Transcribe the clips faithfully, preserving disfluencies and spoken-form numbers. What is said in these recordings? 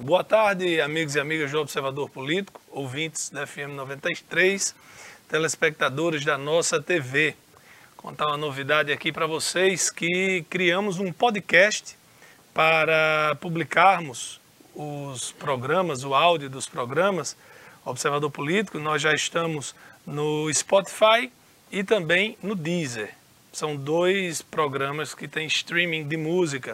Boa tarde, amigos e amigas do Observador Político, ouvintes da F M noventa e três, telespectadores da nossa T V. Contar uma novidade aqui para vocês, que criamos um podcast para publicarmos os programas, o áudio dos programas Observador Político. Nós já estamos no Spotify e também no Deezer. São dois programas que têm streaming de música.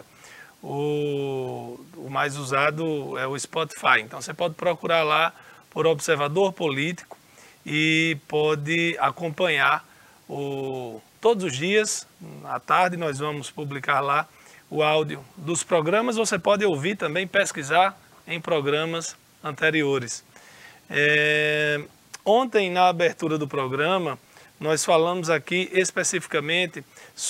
O, o mais usado é o Spotify. Então você pode procurar lá por Observador Político e pode acompanhar o, todos os dias, à tarde, nós vamos publicar lá o áudio dos programas. Você pode ouvir também, pesquisar em programas anteriores. É, ontem, na abertura do programa, nós falamos aqui especificamente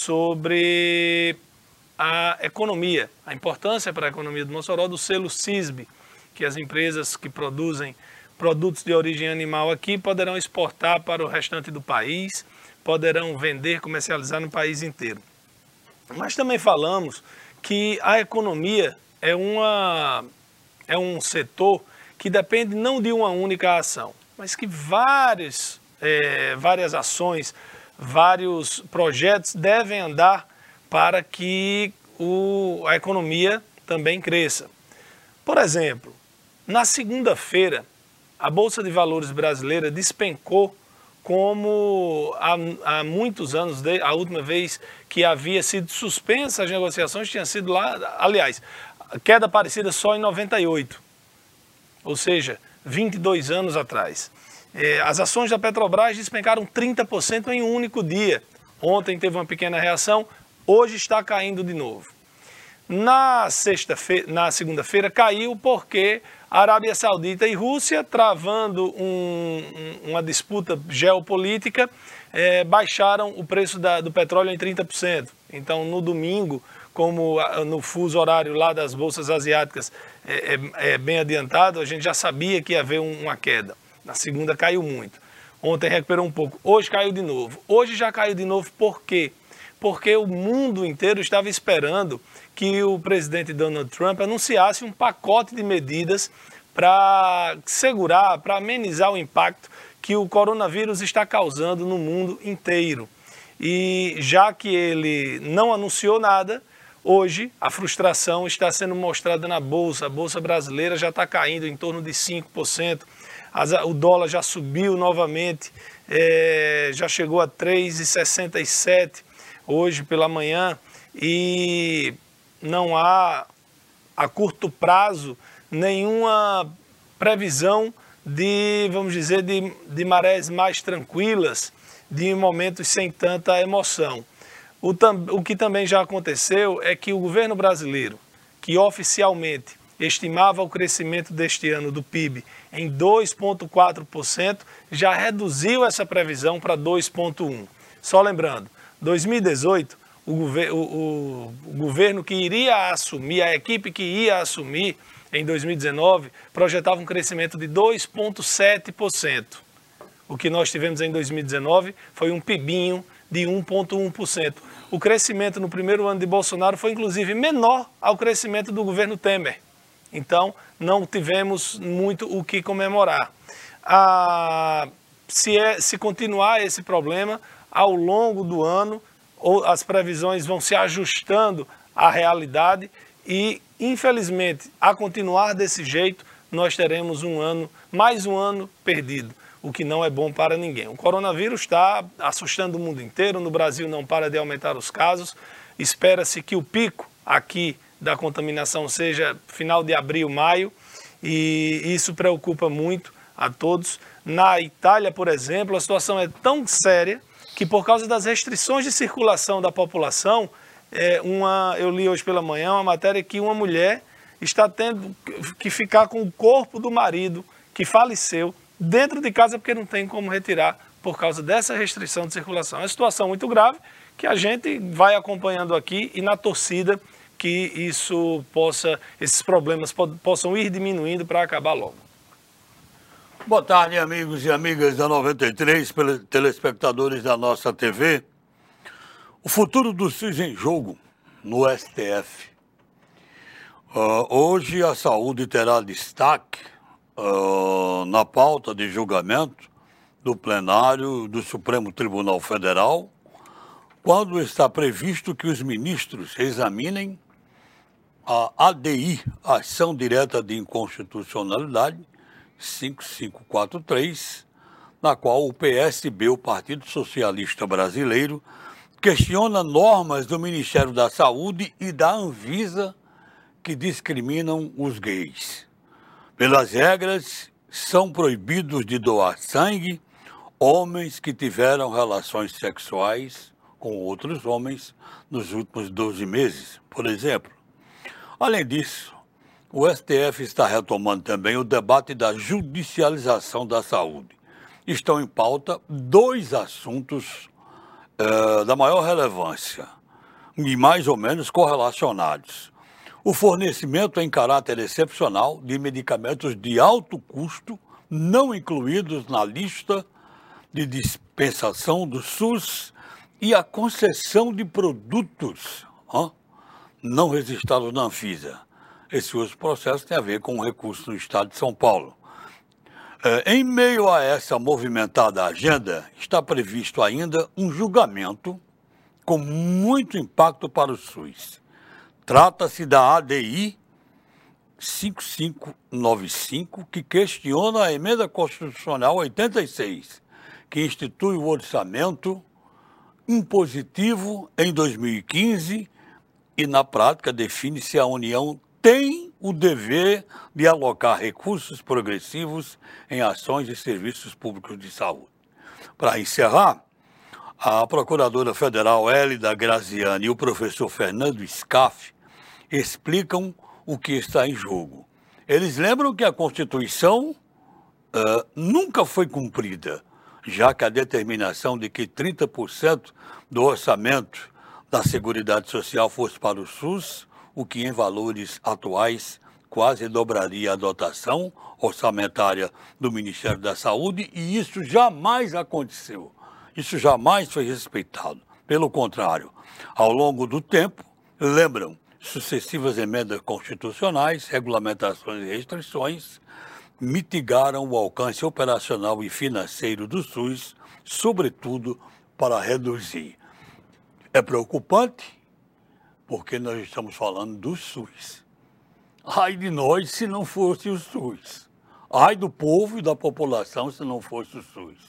sobre a economia, a importância para a economia de Mossoró do selo SISB, que as empresas que produzem produtos de origem animal aqui poderão exportar para o restante do país, poderão vender, comercializar no país inteiro. Mas também falamos que a economia é, uma, é um setor que depende não de uma única ação, mas que várias, é, várias ações, vários projetos devem andar para que o, a economia também cresça. Por exemplo, na segunda-feira, a Bolsa de Valores brasileira despencou como há, há muitos anos, a última vez que havia sido suspensa as negociações tinha sido lá, aliás, queda parecida só em noventa e oito, ou seja, vinte e dois anos atrás. É, as ações da Petrobras despencaram trinta por cento em um único dia. Ontem teve uma pequena reação, hoje está caindo de novo. Na sexta-feira, na segunda-feira caiu porque a Arábia Saudita e Rússia, travando um, um, uma disputa geopolítica, é, baixaram o preço da, do petróleo em trinta por cento. Então, no domingo, como no fuso horário lá das bolsas asiáticas é, é, é bem adiantado, a gente já sabia que ia haver um, uma queda. Na segunda caiu muito. Ontem recuperou um pouco. Hoje caiu de novo. Hoje já caiu de novo por quê? Porque o mundo inteiro estava esperando que o presidente Donald Trump anunciasse um pacote de medidas para segurar, para amenizar o impacto que o coronavírus está causando no mundo inteiro. E já que ele não anunciou nada, hoje a frustração está sendo mostrada na Bolsa. A Bolsa brasileira já está caindo em torno de cinco por cento. O dólar já subiu novamente, é, já chegou a três reais e sessenta e sete centavos hoje pela manhã, e não há a curto prazo nenhuma previsão de, vamos dizer, de, de marés mais tranquilas, de momentos sem tanta emoção. O, o que também já aconteceu é que o governo brasileiro, que oficialmente estimava o crescimento deste ano do P I B em dois vírgula quatro por cento, já reduziu essa previsão para dois vírgula um por cento. Só lembrando, dois mil e dezoito, o, gover o, o, o governo que iria assumir, a equipe que ia assumir em dois mil e dezenove, projetava um crescimento de dois vírgula sete por cento. O que nós tivemos em dois mil e dezenove foi um pibinho de um vírgula um por cento. O crescimento no primeiro ano de Bolsonaro foi, inclusive, menor ao crescimento do governo Temer. Então, não tivemos muito o que comemorar. Ah, se, é, se continuar esse problema, ao longo do ano, ou as previsões vão se ajustando à realidade e, infelizmente, a continuar desse jeito, nós teremos um ano, mais um ano perdido, o que não é bom para ninguém. O coronavírus está assustando o mundo inteiro, no Brasil não para de aumentar os casos, espera-se que o pico aqui da contaminação seja final de abril, maio, e isso preocupa muito a todos. Na Itália, por exemplo, a situação é tão séria que, por causa das restrições de circulação da população, é uma, eu li hoje pela manhã uma matéria que uma mulher está tendo que ficar com o corpo do marido que faleceu dentro de casa porque não tem como retirar por causa dessa restrição de circulação. É uma situação muito grave que a gente vai acompanhando aqui e na torcida que isso possa, esses problemas possam ir diminuindo para acabar logo. Boa tarde, amigos e amigas da noventa e três, telespectadores da nossa T V. O futuro do SUS em jogo no S T F. Uh, hoje a saúde terá destaque uh, na pauta de julgamento do plenário do Supremo Tribunal Federal, quando está previsto que os ministros examinem a A D I, Ação Direta de Inconstitucionalidade, cinco mil quinhentos e quarenta e três, na qual o P S B, o Partido Socialista Brasileiro, questiona normas do Ministério da Saúde e da Anvisa que discriminam os gays. Pelas regras, são proibidos de doar sangue homens que tiveram relações sexuais com outros homens nos últimos doze meses, por exemplo. Além disso, o S T F está retomando também o debate da judicialização da saúde. Estão em pauta dois assuntos eh, da maior relevância e mais ou menos correlacionados. O fornecimento em caráter excepcional de medicamentos de alto custo, não incluídos na lista de dispensação do SUS, e a concessão de produtos ó, não registrados na Anvisa. Esse outro processo tem a ver com o recurso no Estado de São Paulo. É, em meio a essa movimentada agenda, está previsto ainda um julgamento com muito impacto para o SUS. Trata-se da A D I cinco mil quinhentos e noventa e cinco, que questiona a emenda constitucional oitenta e seis, que institui o orçamento impositivo em dois mil e quinze e, na prática, define se a União tem o dever de alocar recursos progressivos em ações e serviços públicos de saúde. Para encerrar, a Procuradora Federal Hélida Graziani e o professor Fernando Scaff explicam o que está em jogo. Eles lembram que a Constituição uh, nunca foi cumprida, já que a determinação de que trinta por cento do orçamento da Seguridade Social fosse para o SUS, o que em valores atuais quase dobraria a dotação orçamentária do Ministério da Saúde, e isso jamais aconteceu. Isso jamais foi respeitado. Pelo contrário, ao longo do tempo, lembram, sucessivas emendas constitucionais, regulamentações e restrições mitigaram o alcance operacional e financeiro do SUS, sobretudo para reduzir. É preocupante porque nós estamos falando do SUS. Ai de nós se não fosse o SUS. Ai do povo e da população se não fosse o SUS.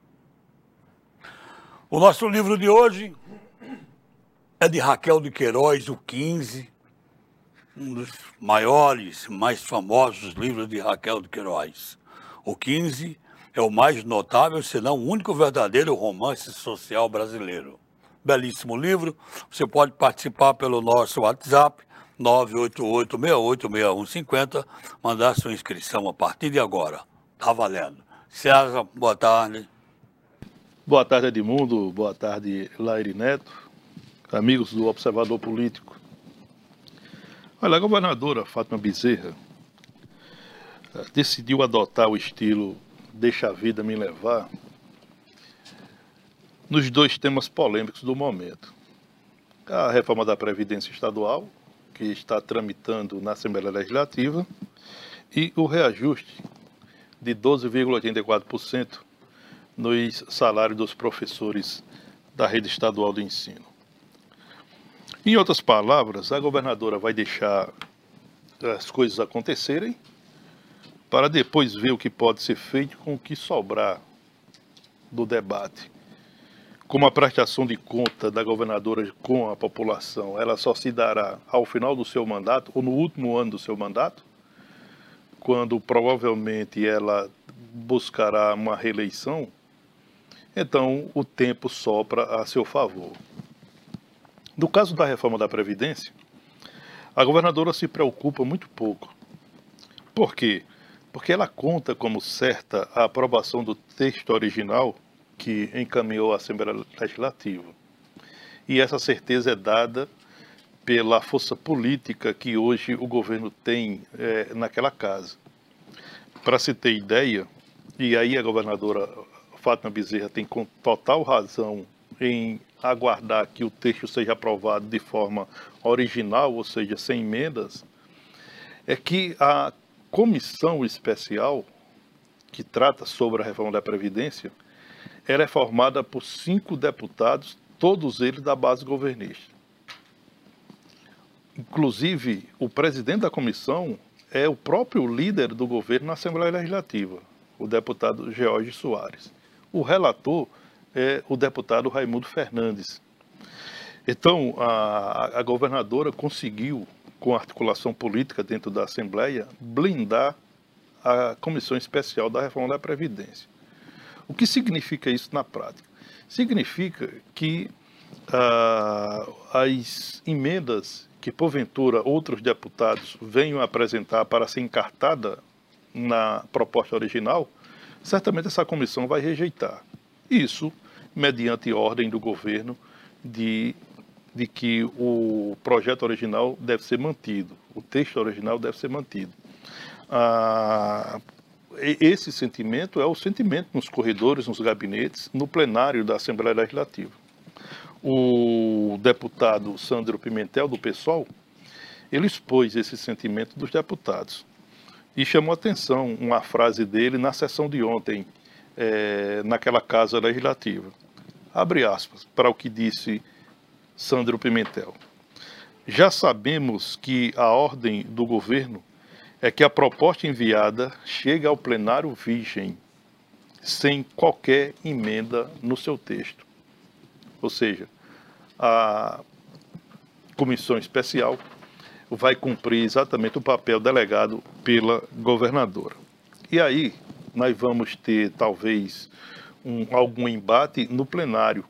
O nosso livro de hoje é de Raquel de Queiroz, o quinze, um dos maiores, mais famosos livros de Raquel de Queiroz. O quinze é o mais notável, senão o único verdadeiro romance social brasileiro. Belíssimo livro, você pode participar pelo nosso WhatsApp, nove oito oito, seis oito, seis um cinco zero, mandar sua inscrição a partir de agora. Tá valendo. César, boa tarde. Boa tarde, Edmundo. Boa tarde, Laire Neto, amigos do Observador Político. Olha, a governadora Fátima Bezerra decidiu adotar o estilo Deixa a Vida Me Levar nos dois temas polêmicos do momento. A reforma da Previdência Estadual, que está tramitando na Assembleia Legislativa, e o reajuste de doze vírgula oitenta e quatro por cento nos salários dos professores da rede estadual do ensino. Em outras palavras, a governadora vai deixar as coisas acontecerem para depois ver o que pode ser feito com o que sobrar do debate. Como a prestação de conta da governadora com a população, ela só se dará ao final do seu mandato, ou no último ano do seu mandato, quando provavelmente ela buscará uma reeleição, então o tempo sopra a seu favor. No caso da reforma da Previdência, a governadora se preocupa muito pouco. Por quê? Porque ela conta como certa a aprovação do texto original que encaminhou a Assembleia Legislativa. E essa certeza é dada pela força política que hoje o governo tem é, naquela casa. Para se ter ideia, e aí a governadora Fátima Bezerra tem com total razão em aguardar que o texto seja aprovado de forma original, ou seja, sem emendas, é que a comissão especial que trata sobre a reforma da Previdência, ela é formada por cinco deputados, todos eles da base governista. Inclusive, o presidente da comissão é o próprio líder do governo na Assembleia Legislativa, o deputado George Soares. O relator é o deputado Raimundo Fernandes. Então, a, a governadora conseguiu, com a articulação política dentro da Assembleia, blindar a Comissão Especial da Reforma da Previdência. O que significa isso na prática? Significa que ah, as emendas que, porventura, outros deputados venham apresentar para ser encartada na proposta original, certamente essa comissão vai rejeitar. Isso mediante ordem do governo de, de que o projeto original deve ser mantido, o texto original deve ser mantido. Ah, esse sentimento é o sentimento nos corredores, nos gabinetes, no plenário da Assembleia Legislativa. O deputado Sandro Pimentel, do PSOL, ele expôs esse sentimento dos deputados e chamou atenção uma frase dele na sessão de ontem, é, naquela Casa Legislativa. Abre aspas para o que disse Sandro Pimentel. Já sabemos que a ordem do governo é que a proposta enviada chega ao plenário virgem, sem qualquer emenda no seu texto. Ou seja, a comissão especial vai cumprir exatamente o papel delegado pela governadora. E aí nós vamos ter, talvez, um, algum embate no plenário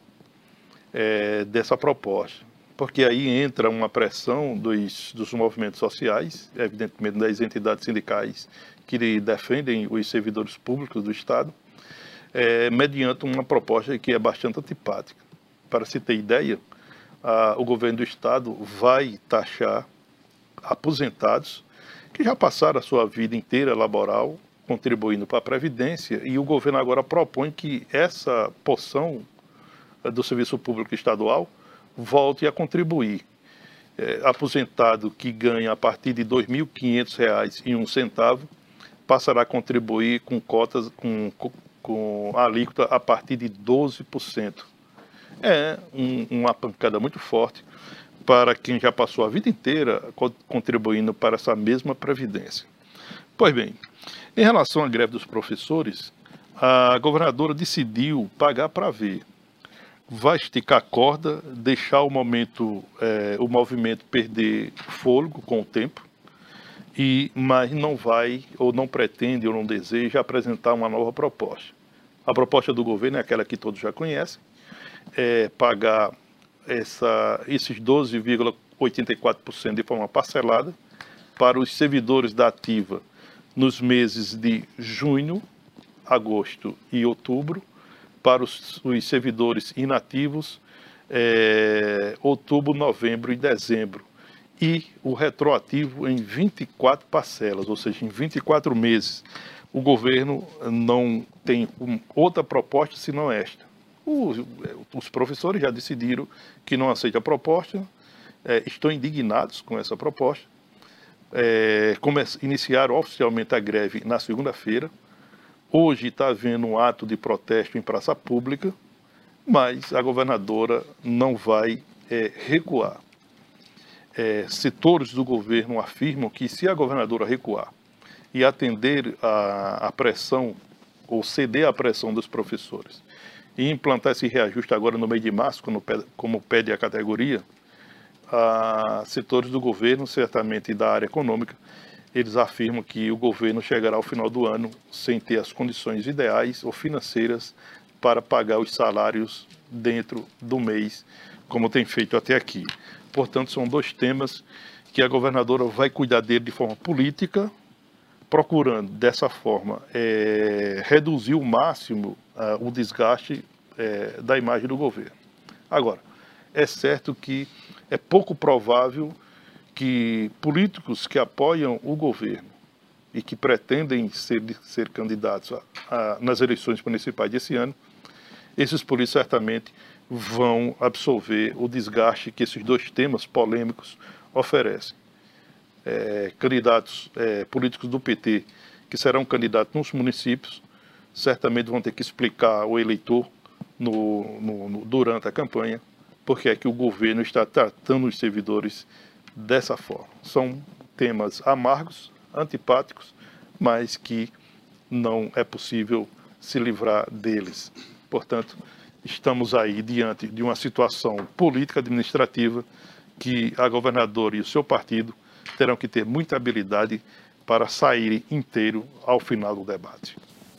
é, dessa proposta. Porque aí entra uma pressão dos, dos movimentos sociais, evidentemente das entidades sindicais que defendem os servidores públicos do Estado, é, mediante uma proposta que é bastante antipática. Para se ter ideia, a, o governo do Estado vai taxar aposentados que já passaram a sua vida inteira laboral contribuindo para a Previdência, e o governo agora propõe que essa porção do serviço público estadual volte a contribuir. É, aposentado que ganha a partir de dois mil e quinhentos reais e um centavo passará a contribuir com cotas, com, com a alíquota a partir de doze por cento. É um, uma pancada muito forte para quem já passou a vida inteira contribuindo para essa mesma previdência. Pois bem, em relação à greve dos professores, a governadora decidiu pagar para ver. Vai esticar a corda, deixar o momento, é, o movimento perder fôlego com o tempo, e, mas não vai, ou não pretende, ou não deseja apresentar uma nova proposta. A proposta do governo é aquela que todos já conhecem, é pagar essa, esses doze vírgula oitenta e quatro por cento de forma parcelada para os servidores da ativa nos meses de junho, agosto e outubro, para os, os servidores inativos, é, outubro, novembro e dezembro. E o retroativo em vinte e quatro parcelas, ou seja, em vinte e quatro meses. O governo não tem um, outra proposta senão esta. Os, os professores já decidiram que não aceitam a proposta, é, estão indignados com essa proposta, é, iniciaram oficialmente a greve na segunda-feira. Hoje está havendo um ato de protesto em praça pública, mas a governadora não vai é, recuar. É, setores do governo afirmam que se a governadora recuar e atender a, a pressão, ou ceder à pressão dos professores, e implantar esse reajuste agora no mês de março, como pede, como pede a categoria, a, setores do governo, certamente da área econômica, eles afirmam que o governo chegará ao final do ano sem ter as condições ideais ou financeiras para pagar os salários dentro do mês, como tem feito até aqui. Portanto, são dois temas que a governadora vai cuidar dele de forma política, procurando, dessa forma, é, reduzir o máximo uh, o desgaste é, da imagem do governo. Agora, é certo que é pouco provável que políticos que apoiam o governo e que pretendem ser, ser candidatos a, a, nas eleições municipais desse ano, esses políticos certamente vão absorver o desgaste que esses dois temas polêmicos oferecem. é, candidatos é, políticos do P T que serão candidatos nos municípios, certamente vão ter que explicar ao eleitor no, no, no, durante a campanha porque é que o governo está tratando os servidores dessa forma. São temas amargos, antipáticos, mas que não é possível se livrar deles. Portanto, estamos aí diante de uma situação política administrativa que a governadora e o seu partido terão que ter muita habilidade para sair inteiro ao final do debate.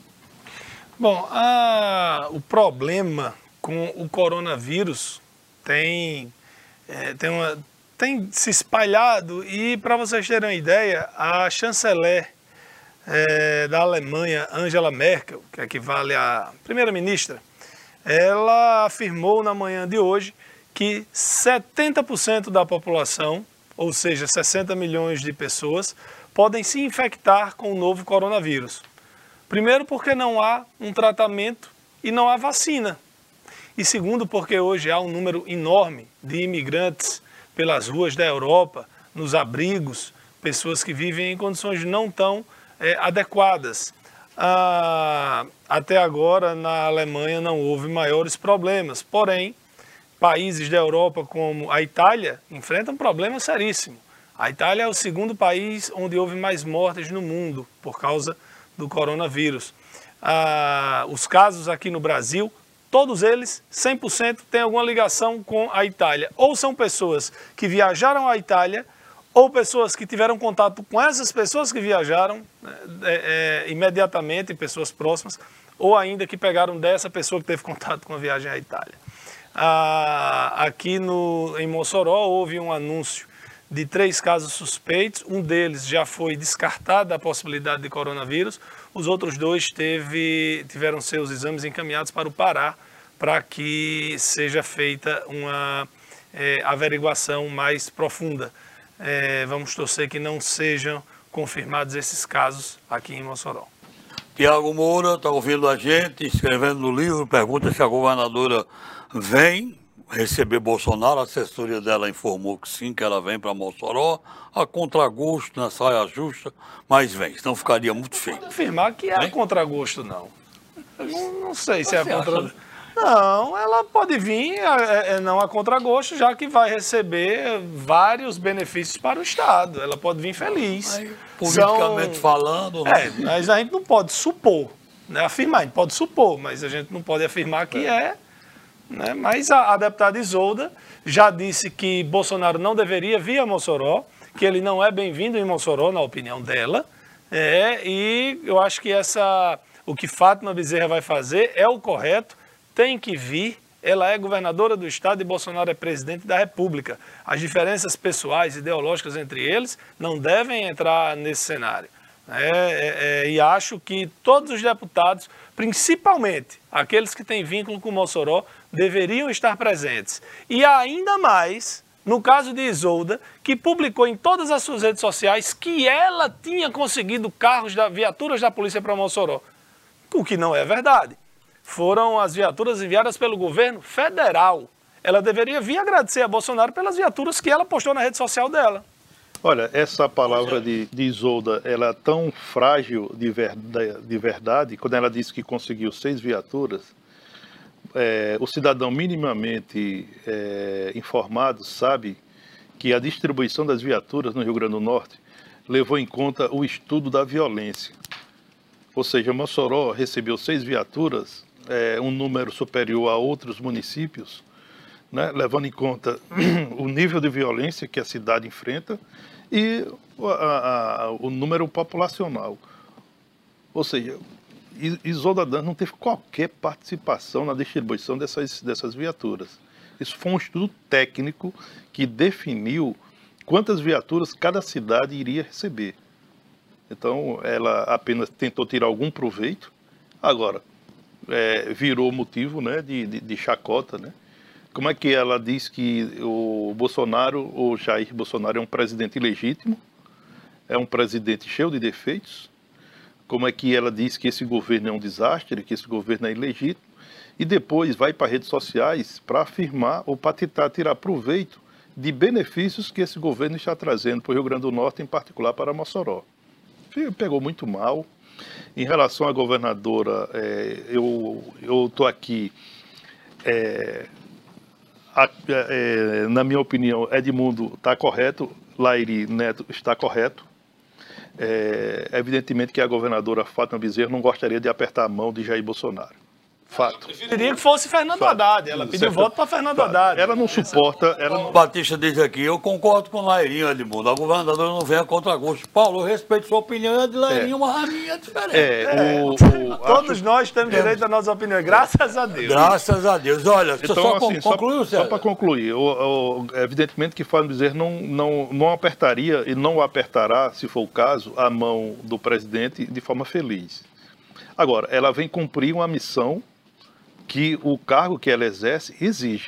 Bom, a, o problema com o coronavírus tem, é, tem, uma, tem se espalhado e, para vocês terem uma ideia, a chanceler é, da Alemanha, Angela Merkel, que equivale à primeira-ministra, ela afirmou na manhã de hoje que setenta por cento da população, ou seja, sessenta milhões de pessoas, podem se infectar com o novo coronavírus. Primeiro, porque não há um tratamento e não há vacina. E segundo, porque hoje há um número enorme de imigrantes pelas ruas da Europa, nos abrigos, pessoas que vivem em condições não tão é, adequadas. Ah, até agora, na Alemanha, não houve maiores problemas. Porém, países da Europa como a Itália enfrentam um problema seríssimo. A Itália é o segundo país onde houve mais mortes no mundo por causa do coronavírus. Ah, os casos aqui no Brasil, todos eles, cem por cento, têm alguma ligação com a Itália. Ou são pessoas que viajaram à Itália, ou pessoas que tiveram contato com essas pessoas que viajaram é, é, imediatamente, pessoas próximas, ou ainda que pegaram dessa pessoa que teve contato com a viagem à Itália. Ah, aqui no, em Mossoró houve um anúncio de três casos suspeitos, um deles já foi descartado a possibilidade de coronavírus, os outros dois teve, tiveram seus exames encaminhados para o Pará, para que seja feita uma é, averiguação mais profunda. É, vamos torcer que não sejam confirmados esses casos aqui em Mossoró. Tiago Moura está ouvindo a gente, escrevendo no livro, pergunta se a governadora vem receber Bolsonaro. A assessoria dela informou que sim, que ela vem para Mossoró, a contragosto, na saia justa, mas vem, senão ficaria muito feio. Pode afirmar que é a contragosto, não. não. Não sei se é a contragosto. Não, ela pode vir, é, é, não a contragosto, já que vai receber vários benefícios para o Estado. Ela pode vir feliz. Aí, politicamente São... falando... Né? É, mas a gente não pode supor, né? Afirmar, a gente pode supor, mas a gente não pode afirmar que é... é Né? Mas a, a deputada Isolda já disse que Bolsonaro não deveria vir a Mossoró, que ele não é bem-vindo em Mossoró, na opinião dela. É, e eu acho que essa, o que Fátima Bezerra vai fazer é o correto, tem que vir. Ela é governadora do Estado e Bolsonaro é presidente da República. As diferenças pessoais, ideológicas entre eles não devem entrar nesse cenário. É, é, é, e acho que todos os deputados, principalmente aqueles que têm vínculo com Mossoró, deveriam estar presentes. E ainda mais no caso de Isolda, que publicou em todas as suas redes sociais que ela tinha conseguido carros, da, viaturas da polícia para Mossoró. O que não é verdade. Foram as viaturas enviadas pelo governo federal. Ela deveria vir agradecer a Bolsonaro pelas viaturas que ela postou na rede social dela. Olha, essa palavra de, de Isolda, ela é tão frágil de, ver, de verdade, quando ela disse que conseguiu seis viaturas, é, o cidadão minimamente é, informado sabe que a distribuição das viaturas no Rio Grande do Norte levou em conta o estudo da violência. Ou seja, Mossoró recebeu seis viaturas, é, um número superior a outros municípios, né, levando em conta o nível de violência que a cidade enfrenta e a, a, o número populacional. Ou seja, Isolda Dantas não teve qualquer participação na distribuição dessas, dessas viaturas. Isso foi um estudo técnico que definiu quantas viaturas cada cidade iria receber. Então, ela apenas tentou tirar algum proveito. Agora, é, virou motivo, né, de, de, de chacota, né? Como é que ela diz que o Bolsonaro, o Jair Bolsonaro, é um presidente ilegítimo, é um presidente cheio de defeitos? Como é que ela diz que esse governo é um desastre, que esse governo é ilegítimo? E depois vai para redes sociais para afirmar ou para tentar tirar proveito de benefícios que esse governo está trazendo para o Rio Grande do Norte, em particular para Mossoró. Pegou muito mal. Em relação à governadora, é, eu estou aqui, é, a, é, na minha opinião, Edmundo está correto, Lairi Neto está correto. É, evidentemente que a governadora Fátima Bezerra não gostaria de apertar a mão de Jair Bolsonaro. Fato. Eu preferiria que fosse Fernando Fato. Haddad. Ela pediu voto para Fernando Fato. Haddad. Ela não suporta. Ela não... O Batista diz aqui, eu concordo com o Lairinho, Edmundo. A governadora não vem a contragosto. Paulo, eu respeito sua opinião, a de Lairinho, é. mas a minha é diferente. É, é. O, o, Todos acho... nós temos direito é. às nossas opiniões, graças a Deus. Graças a Deus. Olha, então, só assim, concluiu, Só, só para concluir, o, o, evidentemente que Fábio Bezerra não, não, não apertaria e não apertará, se for o caso, a mão do presidente de forma feliz. Agora, ela vem cumprir uma missão que o cargo que ela exerce exige.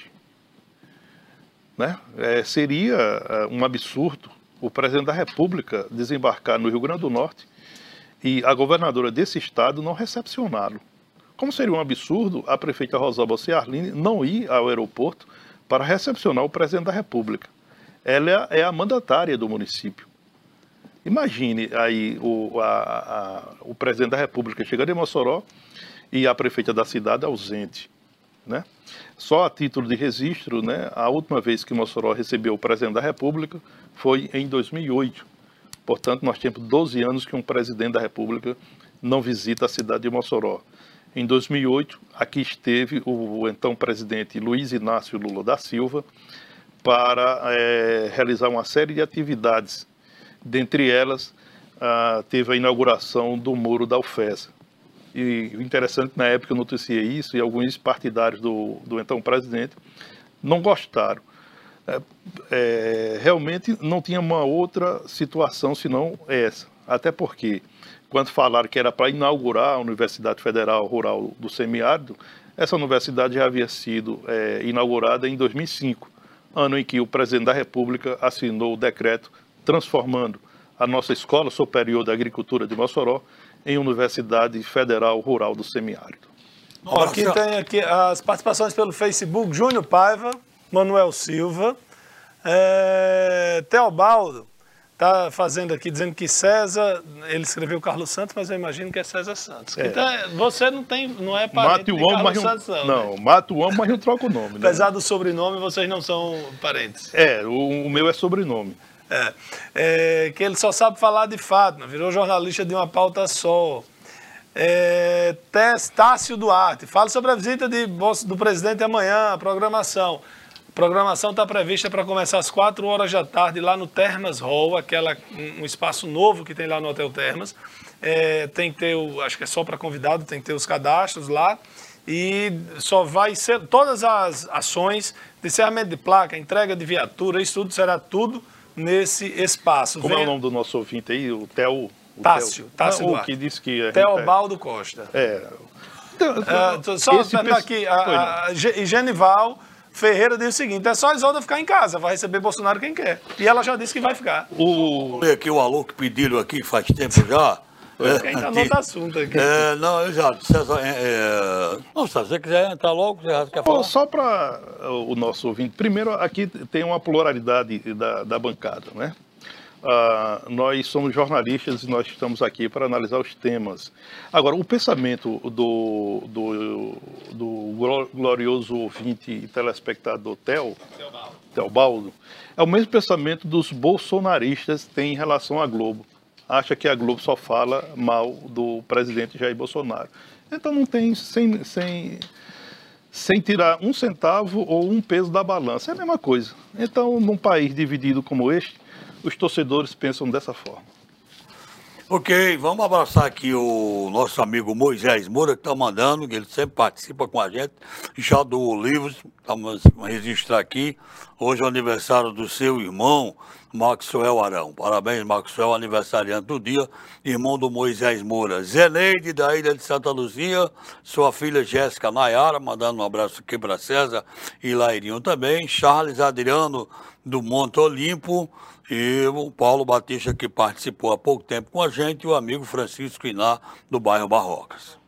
Né? É, seria um absurdo o presidente da República desembarcar no Rio Grande do Norte e a governadora desse estado não recepcioná-lo. Como seria um absurdo a prefeita Rosalba Ciarline não ir ao aeroporto para recepcionar o presidente da República. Ela é a mandatária do município. Imagine aí o, a, a, o presidente da República chegando em Mossoró e a prefeita da cidade ausente, né? Só a título de registro, né, a última vez que Mossoró recebeu o presidente da República foi em dois mil e oito. Portanto, nós temos doze anos que um presidente da República não visita a cidade de Mossoró. Em dois mil e oito, aqui esteve o, o então presidente Luiz Inácio Lula da Silva para é, realizar uma série de atividades. Dentre elas, ah, teve a inauguração do Muro da UFESA. E o interessante, na época eu noticiei isso, e alguns partidários do, do então presidente não gostaram. É, é, realmente não tinha uma outra situação senão essa. Até porque, quando falaram que era para inaugurar a Universidade Federal Rural do Semiárido, essa universidade já havia sido é, inaugurada em dois mil e cinco, ano em que o presidente da República assinou o decreto transformando a nossa Escola Superior da Agricultura de Mossoró em Universidade Federal Rural do Semiárido. Bom, aqui tem aqui as participações pelo Facebook: Júnior Paiva, Manuel Silva, é, Teobaldo está fazendo aqui, dizendo que César, ele escreveu Carlos Santos, mas eu imagino que é César Santos. É. Então, você não, tem, não é parente de Carlos mas Santos, não. Não, né? mata o homem, mas não troca o nome. Né? Apesar do sobrenome, vocês não são parentes. É, o, o meu é sobrenome. É, é, que ele só sabe falar de Fátima, virou jornalista de uma pauta só. É, Tássio Duarte, fala sobre a visita de, do presidente amanhã, a programação. A programação está prevista para começar às quatro horas da tarde lá no Termas Hall, aquela, um espaço novo que tem lá no Hotel Termas. É, tem que ter, o, acho que é só para convidado, tem que ter os cadastros lá. E só vai ser, todas as ações de encerramento de placa, entrega de viatura, isso tudo será tudo nesse espaço. Como Vem... é o nome do nosso ouvinte aí? O Theo... O Tássio. Theo... Tássio Não, Duarte. o que disse que... É... Teobaldo Costa. É. Então, uh, só perguntar pes... aqui, a, a Genival Ferreira diz o seguinte: é só a Isolda ficar em casa, vai receber Bolsonaro quem quer. E ela já disse que vai ficar. O... Aqui o alô que pediram aqui faz tempo já. Quem está no outro assunto aqui. É, não, eu já. César, é, é... Não, se você quiser entrar logo, você quer falar? Só para o nosso ouvinte. Primeiro, aqui tem uma pluralidade da, da bancada, né? Ah, nós somos jornalistas e nós estamos aqui para analisar os temas. Agora, o pensamento do, do, do glorioso ouvinte e telespectador Theo, Teobaldo, é o mesmo pensamento dos bolsonaristas têm em relação à Globo. Acha que a Globo só fala mal do presidente Jair Bolsonaro. Então não tem, sem, sem, sem tirar um centavo ou um peso da balança, é a mesma coisa. Então, num país dividido como este, os torcedores pensam dessa forma. Ok, vamos abraçar aqui o nosso amigo Moisés Moura, que está mandando, que ele sempre participa com a gente, já do livros, vamos registrar aqui, hoje é o aniversário do seu irmão, Maxwell Arão. Parabéns, Maxwell, aniversariante do dia, irmão do Moisés Moura. Zeneide, da Ilha de Santa Luzia, sua filha Jéssica Nayara, mandando um abraço aqui para César e Lairinho também, Charles Adriano, do Monte Olimpo, e o Paulo Batista, que participou há pouco tempo com a gente, e o amigo Francisco Iná, do bairro Barrocas.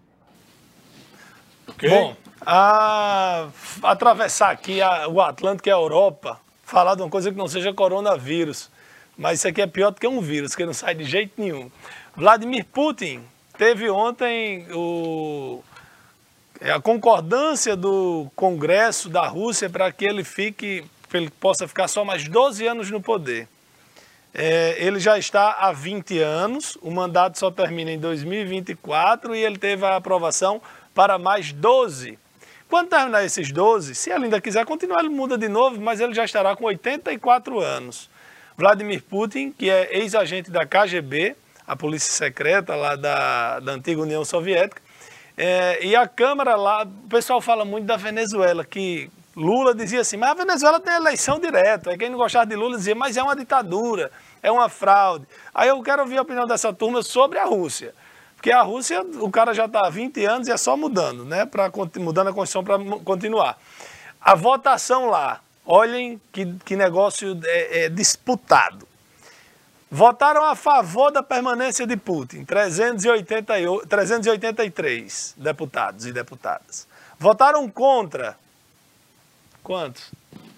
Okay? Bom, a, atravessar aqui a, o Atlântico e a Europa falar de uma coisa que não seja coronavírus. Mas isso aqui é pior do que um vírus, que não sai de jeito nenhum. Vladimir Putin teve ontem o, a concordância do Congresso da Rússia para que ele fique, ele possa ficar só mais doze anos no poder. É, ele já está há vinte anos, o mandato só termina em dois mil e vinte e quatro e ele teve a aprovação para mais doze. Quando terminar esses doze, se ele ainda quiser continuar, ele muda de novo, mas ele já estará com oitenta e quatro anos. Vladimir Putin, que é ex-agente da K G B, a polícia secreta lá da, da antiga União Soviética, é, e a Câmara lá, o pessoal fala muito da Venezuela, que Lula dizia assim, mas a Venezuela tem eleição direta, aí quem não gostava de Lula dizia, mas é uma ditadura, é uma fraude. Aí eu quero ouvir a opinião dessa turma sobre a Rússia, porque a Rússia, o cara já está há vinte anos e é só mudando, né, pra, mudando a Constituição para continuar. A votação lá, olhem que, que negócio é, é disputado. Votaram a favor da permanência de Putin, trezentos e oitenta e oito, trezentos e oitenta e três deputados e deputadas. Votaram contra, quantos?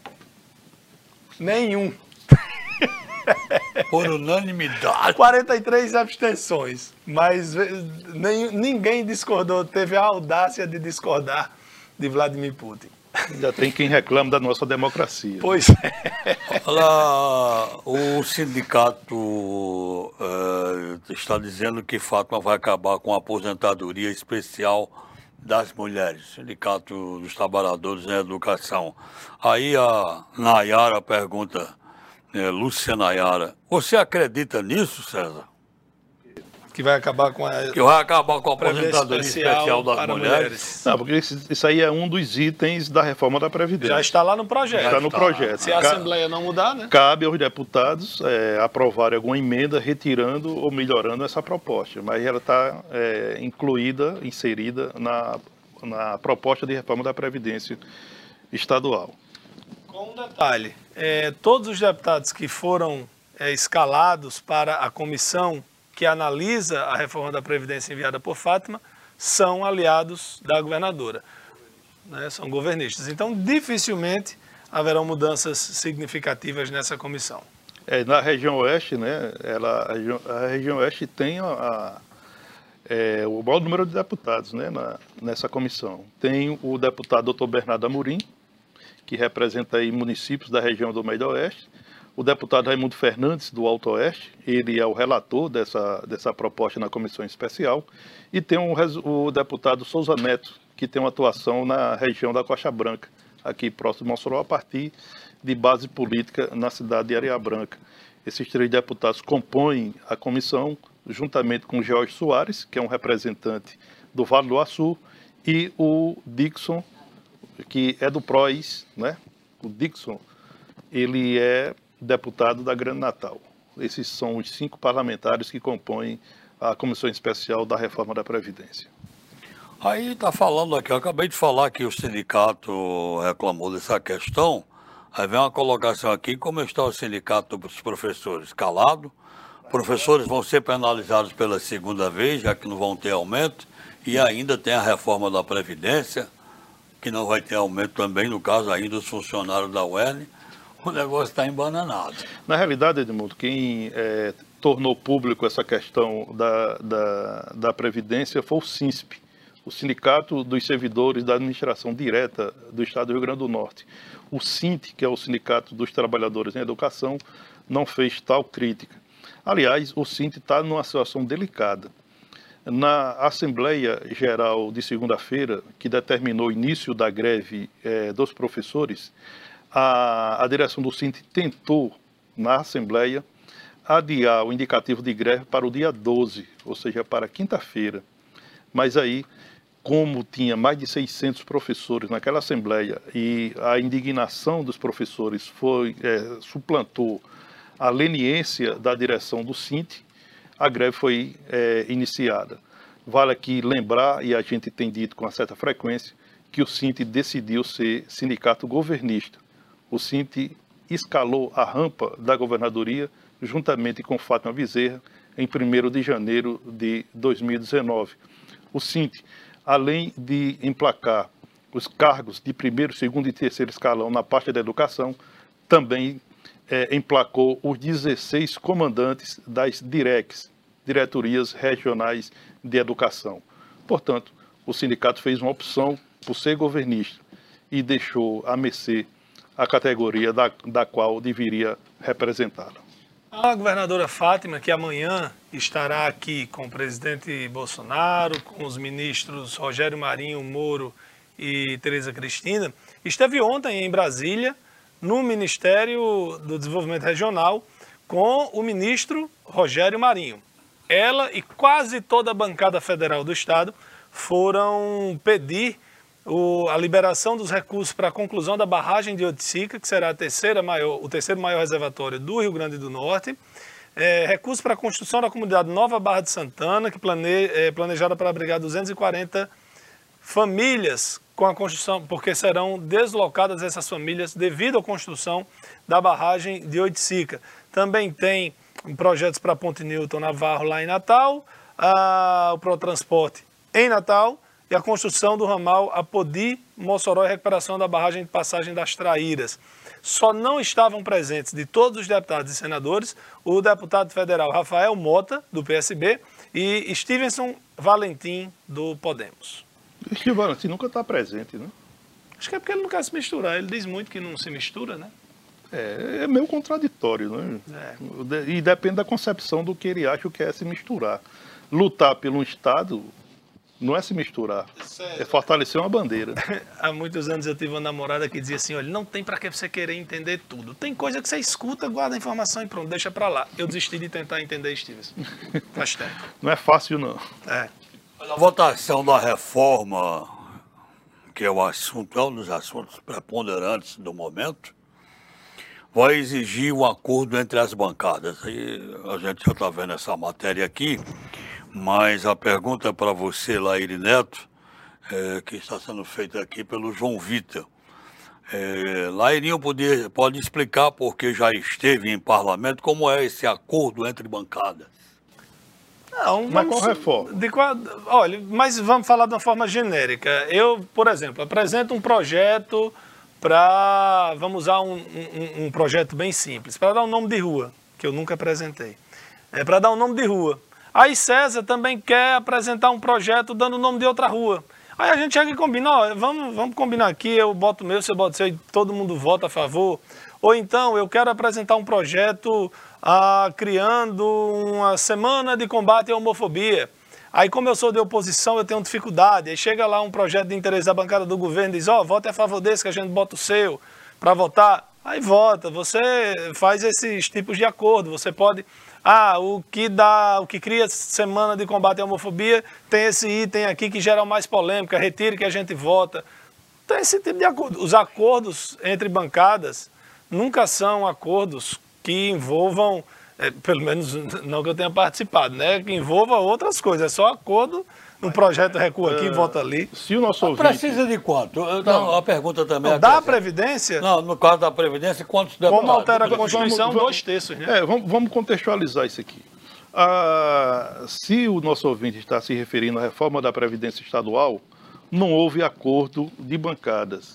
Nenhum. Por unanimidade. quarenta e três abstenções, mas nem, ninguém discordou, teve a audácia de discordar de Vladimir Putin. Ainda tem quem reclama da nossa democracia. Pois é. Olha, o sindicato eh, está dizendo que Fátima vai acabar com a aposentadoria especial das mulheres, Sindicato dos Trabalhadores em Educação. Aí a Nayara pergunta, eh, Lúcia Nayara, você acredita nisso, César? Que vai acabar com a... Que vai acabar com a aposentadoria especial, especial das mulheres? mulheres? Não, porque isso aí é um dos itens da reforma da Previdência. Já está lá no projeto. Já está no projeto. Se a Assembleia não mudar, né? Cabe aos deputados é, aprovarem alguma emenda retirando ou melhorando essa proposta. Mas ela está é, incluída, inserida na, na proposta de reforma da Previdência estadual. Com um detalhe, é, todos os deputados que foram é, escalados para a comissão que analisa a reforma da Previdência enviada por Fátima, são aliados da governadora, né? São governistas. Então, dificilmente haverão mudanças significativas nessa comissão. É, na região oeste, né, ela, a, região, a região oeste tem a, a, é, o maior número de deputados, né, na, nessa comissão. Tem o deputado doutor Bernardo Amorim, que representa aí municípios da região do Médio Oeste. O deputado Raimundo Fernandes, do Alto Oeste, ele é o relator dessa, dessa proposta na comissão especial. E tem um, o deputado Souza Neto, que tem uma atuação na região da Costa Branca, aqui próximo de Mossoró, a partir de base política na cidade de Areia Branca. Esses três deputados compõem a comissão, juntamente com o George Soares, que é um representante do Vale do Açu, e o Dixon, que é do PROIS, né? O Dixon, ele é deputado da Grande Natal. Esses são os cinco parlamentares que compõem a Comissão Especial da Reforma da Previdência. Aí está falando aqui, eu acabei de falar que o sindicato reclamou dessa questão, aí vem uma colocação aqui, como está o sindicato dos professores? Calado, professores vão ser penalizados pela segunda vez, já que não vão ter aumento, e ainda tem a reforma da Previdência, que não vai ter aumento também, no caso ainda dos funcionários da U E N. O negócio está embananado. Na realidade, Edmundo, quem é, tornou público essa questão da, da, da Previdência foi o SINSP, o Sindicato dos Servidores da Administração Direta do Estado do Rio Grande do Norte. O SINT, que é o Sindicato dos Trabalhadores em Educação, não fez tal crítica. Aliás, o SINT está numa situação delicada. Na Assembleia Geral de segunda-feira, que determinou o início da greve é, dos professores, A, a direção do SINT tentou, na Assembleia, adiar o indicativo de greve para o dia doze, ou seja, para quinta-feira. Mas aí, como tinha mais de seiscentos professores naquela Assembleia e a indignação dos professores foi, é, suplantou a leniência da direção do SINT, a greve foi é, iniciada. Vale aqui lembrar, e a gente tem dito com uma certa frequência, que o SINT decidiu ser sindicato governista. O SINT escalou a rampa da governadoria juntamente com Fátima Bezerra em primeiro de janeiro de dois mil e dezenove. O SINT, além de emplacar os cargos de primeiro, segundo e terceiro escalão na pasta da educação, também é, emplacou os dezesseis comandantes das DIRECs, Diretorias Regionais de Educação. Portanto, o sindicato fez uma opção por ser governista e deixou à mercê a categoria da, da qual deveria representá-la. A governadora Fátima, que amanhã estará aqui com o presidente Bolsonaro, com os ministros Rogério Marinho, Moro e Tereza Cristina, esteve ontem em Brasília, no Ministério do Desenvolvimento Regional, com o ministro Rogério Marinho. Ela e quase toda a bancada federal do Estado foram pedir o, a liberação dos recursos para a conclusão da barragem de Oiticica, que será a terceira maior, o terceiro maior reservatório do Rio Grande do Norte, é, recursos para a construção da comunidade Nova Barra de Santana, que plane, é planejada para abrigar duzentas e quarenta famílias com a construção, porque serão deslocadas essas famílias devido à construção da barragem de Oiticica. Também tem projetos para Ponte Newton Navarro lá em Natal, a, o Protransporte em Natal e a construção do ramal Apodi, Mossoró e recuperação da barragem de passagem das Traíras. Só não estavam presentes de todos os deputados e senadores o deputado federal Rafael Mota, do P S B, e Stevenson Valentim, do Podemos. O Steve Valentim nunca está presente, né? Acho que é porque ele não quer se misturar. Ele diz muito que não se mistura, né? É, é meio contraditório, né? É. E depende da concepção do que ele acha que é se misturar. Lutar pelo Estado não é se misturar, é fortalecer uma bandeira. Há muitos anos eu tive uma namorada que dizia assim, olha, não tem para que você querer entender tudo. Tem coisa que você escuta, guarda a informação e pronto, deixa para lá. Eu desisti de tentar entender, Stevenson. Faz tempo. Não é fácil, não. É. A votação da reforma, que é o assunto, é um dos assuntos preponderantes do momento, vai exigir um acordo entre as bancadas. Aí a gente já está vendo essa matéria aqui, mas a pergunta é para você, Laíri Neto, é, que está sendo feita aqui pelo João Vitor. É, Lairinho poder, pode explicar, porque já esteve em parlamento, como é esse acordo entre bancadas? Não, mas qual reforma? De qual, olha, mas vamos falar de uma forma genérica. Eu, por exemplo, apresento um projeto para, vamos usar um, um, um projeto bem simples, para dar um nome de rua, que eu nunca apresentei. É para dar um nome de rua. Aí César também quer apresentar um projeto dando o nome de outra rua. Aí a gente chega e combina, ó, vamos, vamos combinar aqui, eu boto o meu, você bota o seu, e todo mundo vota a favor. Ou então, eu quero apresentar um projeto ah, criando uma semana de combate à homofobia. Aí, como eu sou de oposição, eu tenho dificuldade. Aí chega lá um projeto de interesse da bancada do governo e diz, ó, oh, vote a favor desse que a gente bota o seu para votar. Aí vota, você faz esses tipos de acordo, você pode... Ah, o que dá, o que cria semana de combate à homofobia tem esse item aqui que gera mais polêmica, retire que a gente vota. Tem esse tipo de acordo. Os acordos entre bancadas nunca são acordos que envolvam, é, pelo menos não que eu tenha participado, né? Que envolva outras coisas. É só acordo no projeto recua aqui, é, vota ali. Se o nosso ouvinte... Precisa de quanto? Eu, não, a pergunta também... Não, da Previdência? Não, no caso da Previdência, quantos deputados? Como altera a Constituição, vamos, dois terços, né? É, vamos, vamos contextualizar isso aqui. Ah, se o nosso ouvinte está se referindo à reforma da Previdência Estadual, não houve acordo de bancadas.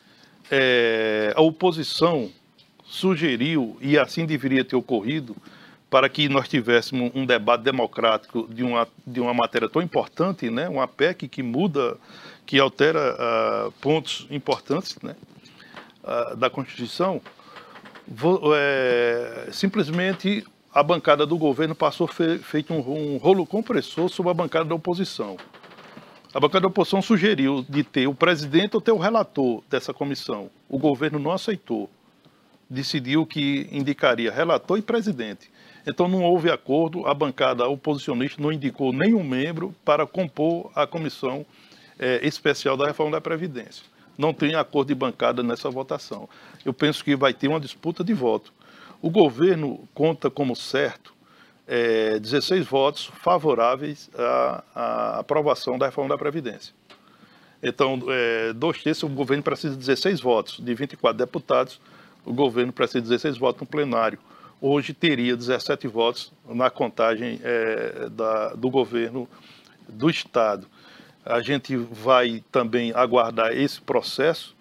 É, a oposição sugeriu, e assim deveria ter ocorrido, para que nós tivéssemos um debate democrático de uma, de uma matéria tão importante, né? Uma P E C que muda, que altera uh, pontos importantes, né? uh, da Constituição, Vo, é, simplesmente a bancada do governo passou fe, feito um, um rolo compressor sobre a bancada da oposição. A bancada da oposição sugeriu de ter o presidente ou ter o relator dessa comissão. O governo não aceitou. Decidiu que indicaria relator e presidente. Então não houve acordo, a bancada oposicionista não indicou nenhum membro para compor a comissão é, especial da reforma da Previdência. Não tem acordo de bancada nessa votação. Eu penso que vai ter uma disputa de voto. O governo conta como certo é, dezesseis votos favoráveis à, à aprovação da reforma da Previdência. Então, é, dois terços, o governo precisa de dezesseis votos, de vinte e quatro deputados, o governo precisa de dezesseis votos no plenário. Hoje teria dezessete votos na contagem é, da, do governo do Estado. A gente vai também aguardar esse processo,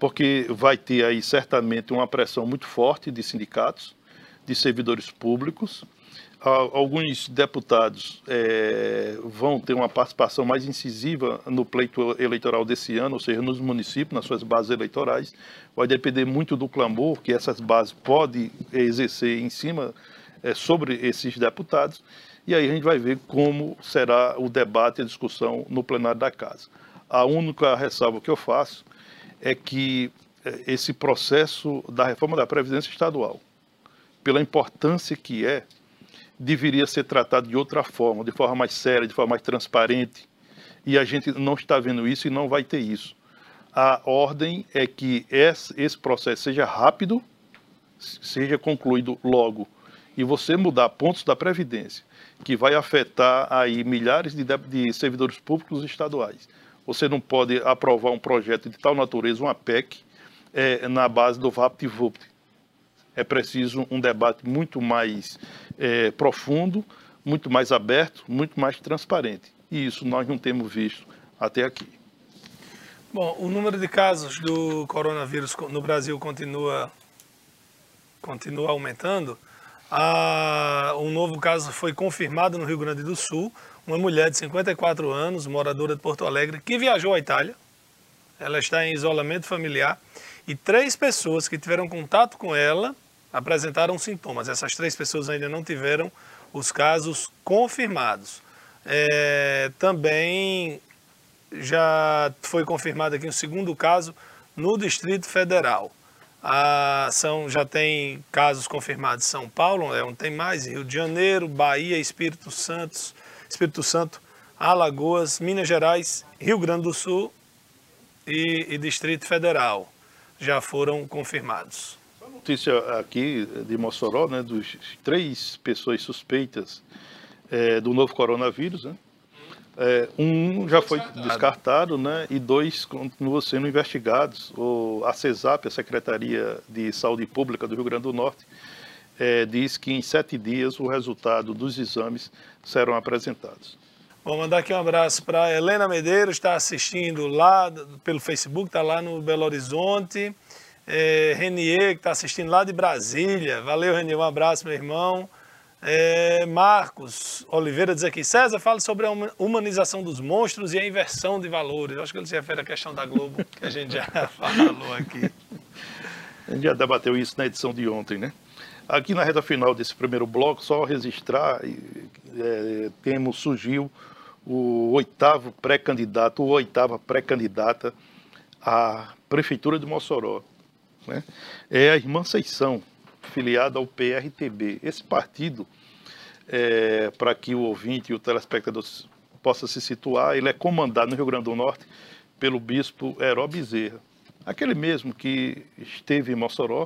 porque vai ter aí certamente uma pressão muito forte de sindicatos, de servidores públicos. Alguns deputados é, vão ter uma participação mais incisiva no pleito eleitoral desse ano, ou seja, nos municípios, nas suas bases eleitorais. Vai depender muito do clamor que essas bases podem exercer em cima é, sobre esses deputados. E aí a gente vai ver como será o debate e a discussão no plenário da Casa. A única ressalva que eu faço é que esse processo da reforma da Previdência Estadual, pela importância que é, deveria ser tratado de outra forma, de forma mais séria, de forma mais transparente. E a gente não está vendo isso e não vai ter isso. A ordem é que esse processo seja rápido, seja concluído logo. E você mudar pontos da Previdência, que vai afetar aí milhares de, de servidores públicos estaduais. Você não pode aprovar um projeto de tal natureza, uma P E C, é, na base do VaptVupt. É preciso um debate muito mais é, profundo, muito mais aberto, muito mais transparente. E isso nós não temos visto até aqui. Bom, o número de casos do coronavírus no Brasil continua, continua aumentando. Ah, um novo caso foi confirmado no Rio Grande do Sul. Uma mulher de cinquenta e quatro anos, moradora de Porto Alegre, que viajou à Itália. Ela está em isolamento familiar. E três pessoas que tiveram contato com ela apresentaram sintomas. Essas três pessoas ainda não tiveram os casos confirmados. É, também já foi confirmado aqui um segundo caso no Distrito Federal. Ah, são, já tem casos confirmados em São Paulo, é onde tem mais, Rio de Janeiro, Bahia, Espírito Santo, Espírito Santo, Alagoas, Minas Gerais, Rio Grande do Sul e, e Distrito Federal já foram confirmados. Notícia aqui de Mossoró, né, dos três pessoas suspeitas é, do novo coronavírus, né? É, um já foi descartado, né, e dois continuam sendo investigados. O, a CESAP, a Secretaria de Saúde Pública do Rio Grande do Norte, é, diz que em sete dias o resultado dos exames serão apresentados. Vou mandar aqui um abraço para Helena Medeiros, está assistindo lá pelo Facebook, está lá no Belo Horizonte. É, Renier, que está assistindo lá de Brasília. Valeu, Renier, um abraço, meu irmão. É, Marcos Oliveira diz aqui, César, fala sobre a humanização dos monstros e a inversão de valores. Eu acho que ele se refere à questão da Globo, que a gente já falou aqui. A gente já debateu isso na edição de ontem, né? Aqui na reta final desse primeiro bloco, só registrar, é, temos, surgiu o oitavo pré-candidato, ou oitava pré-candidata à Prefeitura de Mossoró, né? É a Irmã Seição, filiada ao P R T B. Esse partido, é, para que o ouvinte e o telespectador possa se situar, ele é comandado no Rio Grande do Norte pelo bispo Heró Bezerra. Aquele mesmo que esteve em Mossoró,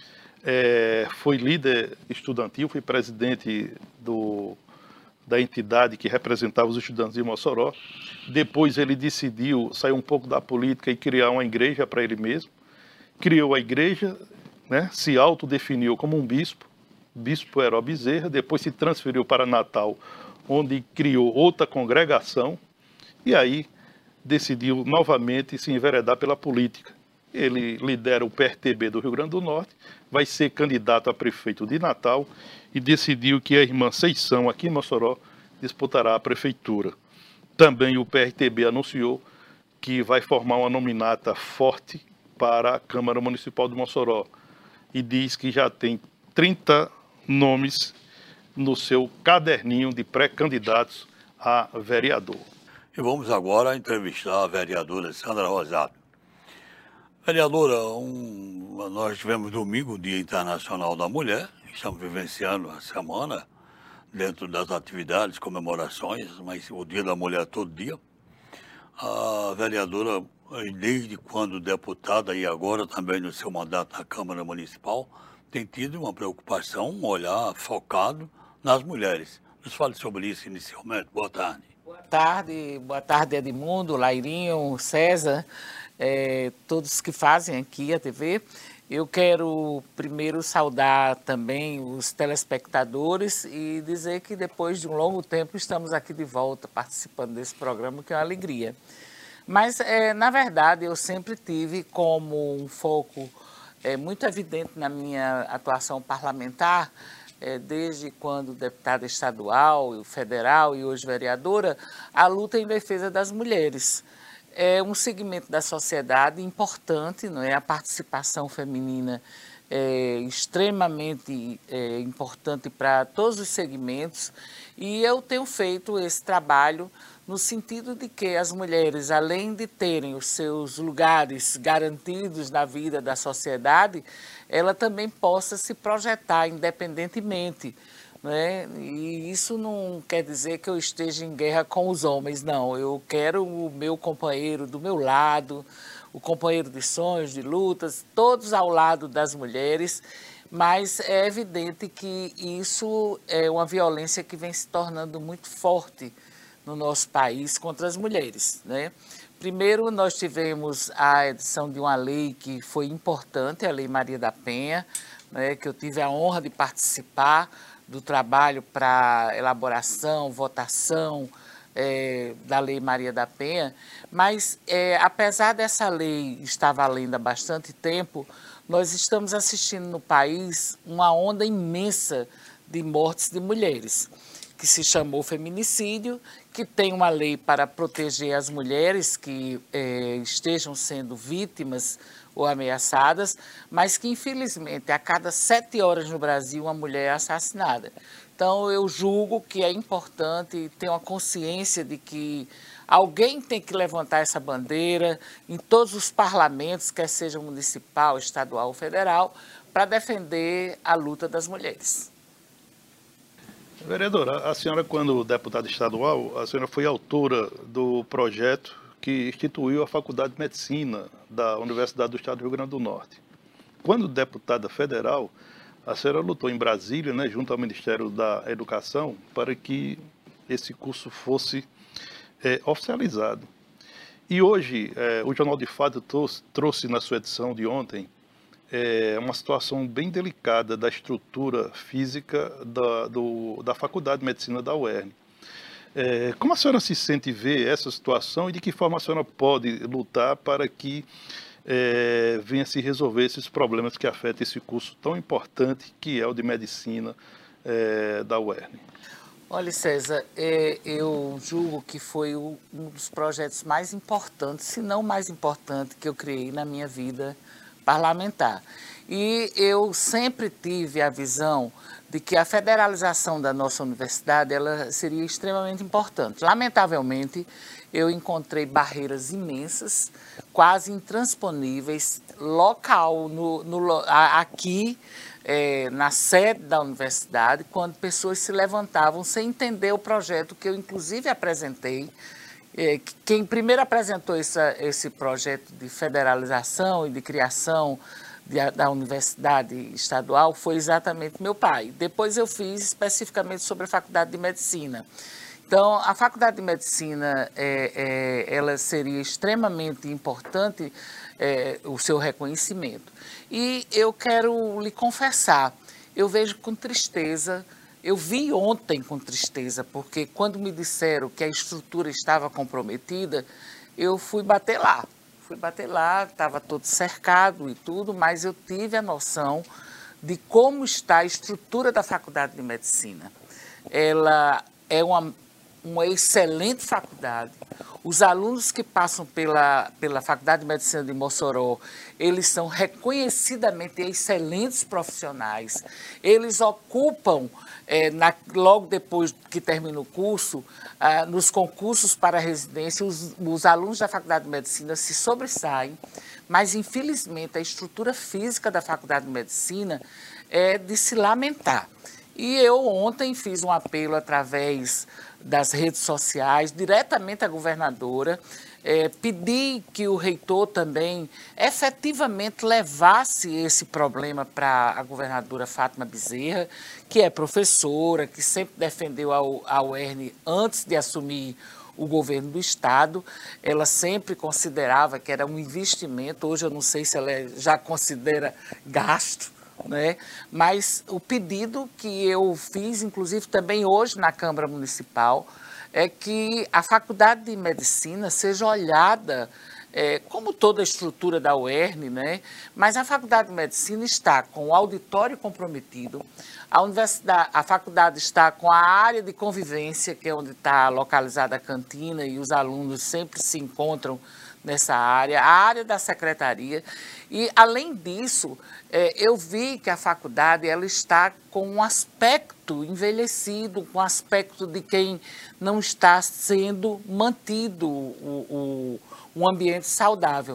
é, foi líder estudantil, foi presidente do, da entidade que representava os estudantes de Mossoró. Depois ele decidiu sair um pouco da política e criar uma igreja para ele mesmo. Criou a igreja, né, se autodefiniu como um bispo, bispo Heró Bezerra, depois se transferiu para Natal, onde criou outra congregação, e aí decidiu novamente se enveredar pela política. Ele lidera o P R T B do Rio Grande do Norte, vai ser candidato a prefeito de Natal e decidiu que a Irmã Seição, aqui em Mossoró, disputará a prefeitura. Também o P R T B anunciou que vai formar uma nominata forte para a Câmara Municipal de Mossoró e diz que já tem trinta nomes no seu caderninho de pré-candidatos a vereador. E vamos agora entrevistar a vereadora Sandra Rosado. Vereadora, um, nós tivemos domingo o Dia Internacional da Mulher, estamos vivenciando a semana dentro das atividades, comemorações, mas o Dia da Mulher todo dia. A vereadora, desde quando deputada e agora também no seu mandato na Câmara Municipal, tem tido uma preocupação, um olhar focado nas mulheres. Nos fale sobre isso inicialmente. Boa tarde. Boa tarde, boa tarde Edmundo, Lairinho, César, é, todos que fazem aqui a T V. Eu quero primeiro saudar também os telespectadores e dizer que depois de um longo tempo estamos aqui de volta participando desse programa, que é uma alegria. Mas, é, na verdade, eu sempre tive como um foco é, muito evidente na minha atuação parlamentar, é, desde quando deputada estadual, federal e hoje vereadora, a luta em defesa das mulheres. É um segmento da sociedade importante, não é? A participação feminina é extremamente é, importante para todos os segmentos, e eu tenho feito esse trabalho no sentido de que as mulheres, além de terem os seus lugares garantidos na vida da sociedade, ela também possa se projetar independentemente, né? E isso não quer dizer que eu esteja em guerra com os homens, não. Eu quero o meu companheiro do meu lado, o companheiro de sonhos, de lutas, todos ao lado das mulheres, mas é evidente que isso é uma violência que vem se tornando muito forte no nosso país contra as mulheres, né? Primeiro, nós tivemos a edição de uma lei que foi importante, a Lei Maria da Penha, né, que eu tive a honra de participar do trabalho para elaboração, votação é, da Lei Maria da Penha, mas é, apesar dessa lei estar valendo há bastante tempo, nós estamos assistindo no país uma onda imensa de mortes de mulheres, que se chamou feminicídio, que tem uma lei para proteger as mulheres que eh, estejam sendo vítimas ou ameaçadas, mas que, infelizmente, a cada sete horas no Brasil, uma mulher é assassinada. Então, eu julgo que é importante ter uma consciência de que alguém tem que levantar essa bandeira em todos os parlamentos, quer seja municipal, estadual ou federal, para defender a luta das mulheres. Vereadora, a senhora, quando deputada estadual, a senhora foi autora do projeto que instituiu a Faculdade de Medicina da Universidade do Estado do Rio Grande do Norte. Quando deputada federal, a senhora lutou em Brasília, né, junto ao Ministério da Educação, para que esse curso fosse é, oficializado. E hoje, é, o Jornal de Fato trouxe, trouxe na sua edição de ontem é, uma situação bem delicada da estrutura física da, do, da Faculdade de Medicina da U E R N. É, como a senhora se sente ver essa situação e de que forma a senhora pode lutar para que é, venha se resolver esses problemas que afetam esse curso tão importante que é o de Medicina é, da U E R N? Olha, César, é, eu julgo que foi o, um dos projetos mais importantes, se não o mais importante, que eu criei na minha vida parlamentar. E eu sempre tive a visão de que a federalização da nossa universidade ela seria extremamente importante. Lamentavelmente, eu encontrei barreiras imensas, quase intransponíveis, local, no, no, aqui, é, na sede da universidade, quando pessoas se levantavam sem entender o projeto que eu, inclusive, apresentei. É, quem primeiro apresentou essa, esse projeto de federalização e de criação de, da universidade estadual foi exatamente meu pai. Depois eu fiz especificamente sobre a Faculdade de Medicina. Então, a Faculdade de Medicina, é, é, ela seria extremamente importante é, o seu reconhecimento. E eu quero lhe confessar, eu vejo com tristeza. Eu vi ontem com tristeza, porque quando me disseram que a estrutura estava comprometida, eu fui bater lá. Fui bater lá, estava todo cercado e tudo, mas eu tive a noção de como está a estrutura da Faculdade de Medicina. Ela é uma, uma excelente faculdade. Os alunos que passam pela, pela Faculdade de Medicina de Mossoró, eles são reconhecidamente excelentes profissionais. Eles ocupam, é, na, logo depois que termina o curso, ah, nos concursos para residência, os, os alunos da Faculdade de Medicina se sobressaem, mas, infelizmente, a estrutura física da Faculdade de Medicina é de se lamentar. E eu ontem fiz um apelo através das redes sociais, diretamente à governadora, é, pedi que o reitor também efetivamente levasse esse problema para a governadora Fátima Bezerra, que é professora, que sempre defendeu a, a U E R N antes de assumir o governo do Estado. Ela sempre considerava que era um investimento, hoje eu não sei se ela já considera gasto, né? Mas o pedido que eu fiz, inclusive também hoje na Câmara Municipal, é que a Faculdade de Medicina seja olhada É, como toda a estrutura da U E R N, né? Mas a Faculdade de Medicina está com o auditório comprometido, a, universidade, a faculdade está com a área de convivência, que é onde está localizada a cantina e os alunos sempre se encontram nessa área, a área da secretaria. E, além disso, é, eu vi que a faculdade ela está com um aspecto envelhecido, com um aspecto de quem não está sendo mantido o, o um ambiente saudável.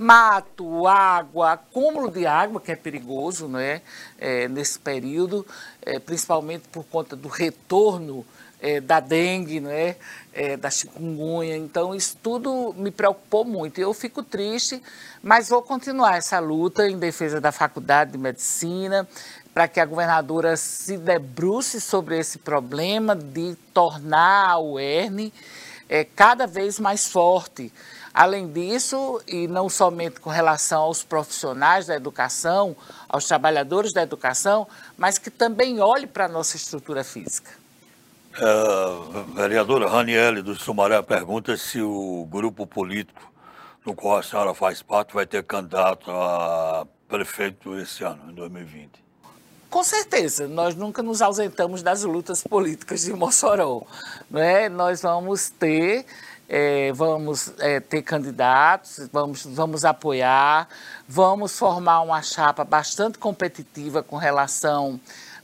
Mato, água, acúmulo de água, que é perigoso, né? É, nesse período, é, principalmente por conta do retorno é, da dengue, né? É, da chikungunya. Então, isso tudo me preocupou muito. Eu fico triste, mas vou continuar essa luta em defesa da Faculdade de Medicina, para que a governadora se debruce sobre esse problema de tornar a U E R N é, cada vez mais forte. Além disso, e não somente com relação aos profissionais da educação, aos trabalhadores da educação, mas que também olhe para a nossa estrutura física. É, a vereadora Raniele do Sumaré pergunta se o grupo político no qual a senhora faz parte vai ter candidato a prefeito esse ano, em dois mil e vinte. Com certeza, nós nunca nos ausentamos das lutas políticas de Mossoró, não é? Nós vamos ter... É, vamos é, ter candidatos, vamos, vamos apoiar, vamos formar uma chapa bastante competitiva com relação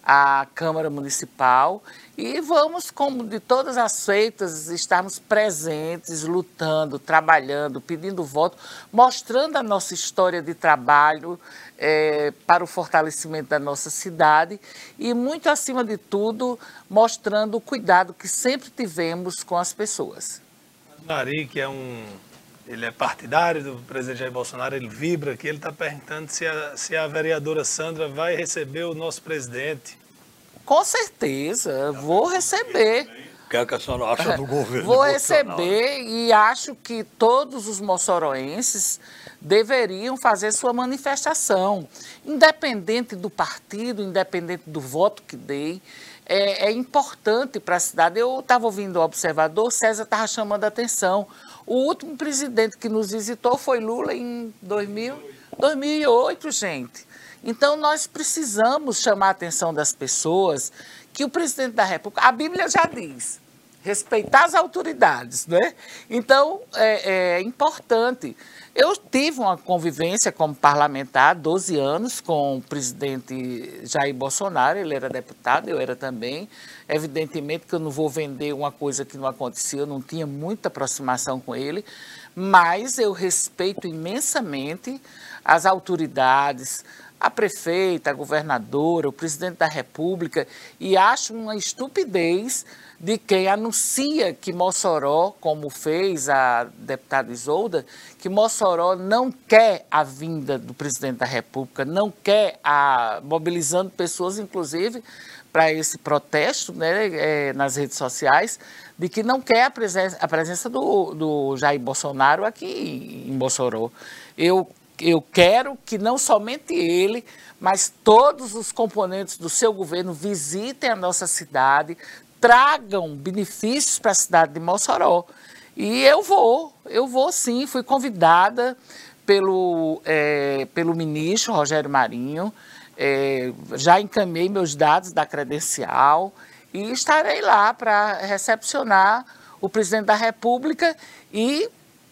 à Câmara Municipal e vamos, como de todas as feitas, estarmos presentes, lutando, trabalhando, pedindo voto, mostrando a nossa história de trabalho é, para o fortalecimento da nossa cidade e, muito acima de tudo, mostrando o cuidado que sempre tivemos com as pessoas. Ari, que é um, ele é partidário do presidente Jair Bolsonaro, ele vibra aqui, ele está perguntando se a, se a vereadora Sandra vai receber o nosso presidente. Com certeza, vou receber. O que é que a senhora acha do governo? Vou receber e acho que todos os moçoroenses deveriam fazer sua manifestação, independente do partido, independente do voto que dei. É, é importante para a cidade. Eu estava ouvindo o observador, César estava chamando a atenção. O último presidente que nos visitou foi Lula em dois mil, dois mil e oito, gente. Então, nós precisamos chamar a atenção das pessoas que o presidente da República, a Bíblia já diz, respeitar as autoridades, né? Então, é, é importante. Eu tive uma convivência como parlamentar há doze anos com o presidente Jair Bolsonaro, ele era deputado, eu era também. Evidentemente que eu não vou vender uma coisa que não acontecia, eu não tinha muita aproximação com ele, mas eu respeito imensamente as autoridades, a prefeita, a governadora, o presidente da República, e acho uma estupidez de quem anuncia que Mossoró, como fez a deputada Isolda, que Mossoró não quer a vinda do presidente da República, não quer, a, mobilizando pessoas, inclusive, para esse protesto, né, é, nas redes sociais, de que não quer a presença, a presença do, do Jair Bolsonaro aqui em Mossoró. Eu, eu quero que não somente ele, mas todos os componentes do seu governo visitem a nossa cidade, tragam benefícios para a cidade de Mossoró. E eu vou, eu vou sim, fui convidada pelo, é, pelo ministro Rogério Marinho, é, já encaminhei meus dados da credencial e estarei lá para recepcionar o presidente da República e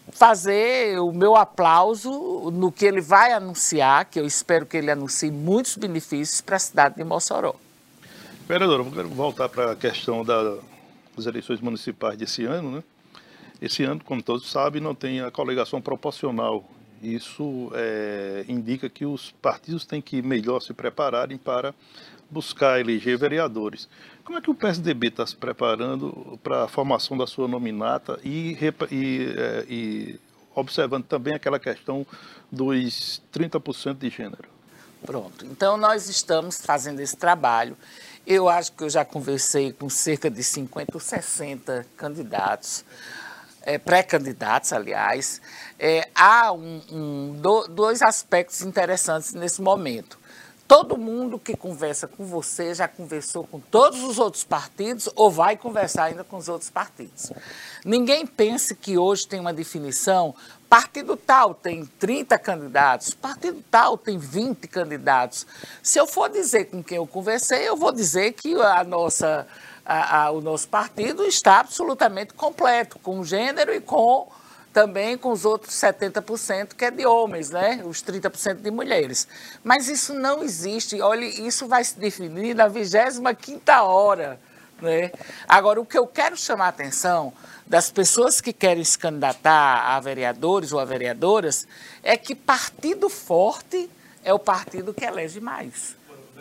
fazer o meu aplauso no que ele vai anunciar, que eu espero que ele anuncie muitos benefícios para a cidade de Mossoró. Vereador, eu quero voltar para a questão da, das eleições municipais desse ano, né? Esse ano, como todos sabem, não tem a coligação proporcional. Isso é, indica que os partidos têm que melhor se prepararem para buscar eleger vereadores. Como é que o P S D B está se preparando para a formação da sua nominata e, e, é, e observando também aquela questão dos trinta por cento de gênero? Pronto, então nós estamos fazendo esse trabalho. Eu acho que eu já conversei com cerca de cinquenta ou sessenta candidatos, é, pré-candidatos, aliás. É, há um, um, do, dois aspectos interessantes nesse momento. Todo mundo que conversa com você já conversou com todos os outros partidos ou vai conversar ainda com os outros partidos. Ninguém pense que hoje tem uma definição, partido tal tem trinta candidatos, partido tal tem vinte candidatos. Se eu for dizer com quem eu conversei, eu vou dizer que a nossa, a, a, o nosso partido está absolutamente completo, com gênero e com... também com os outros setenta por cento que é de homens, né? Os trinta por cento de mulheres. Mas isso não existe. Olha, isso vai se definir na vigésima quinta hora, né? Agora, o que eu quero chamar a atenção das pessoas que querem se candidatar a vereadores ou a vereadoras é que partido forte é o partido que elege mais.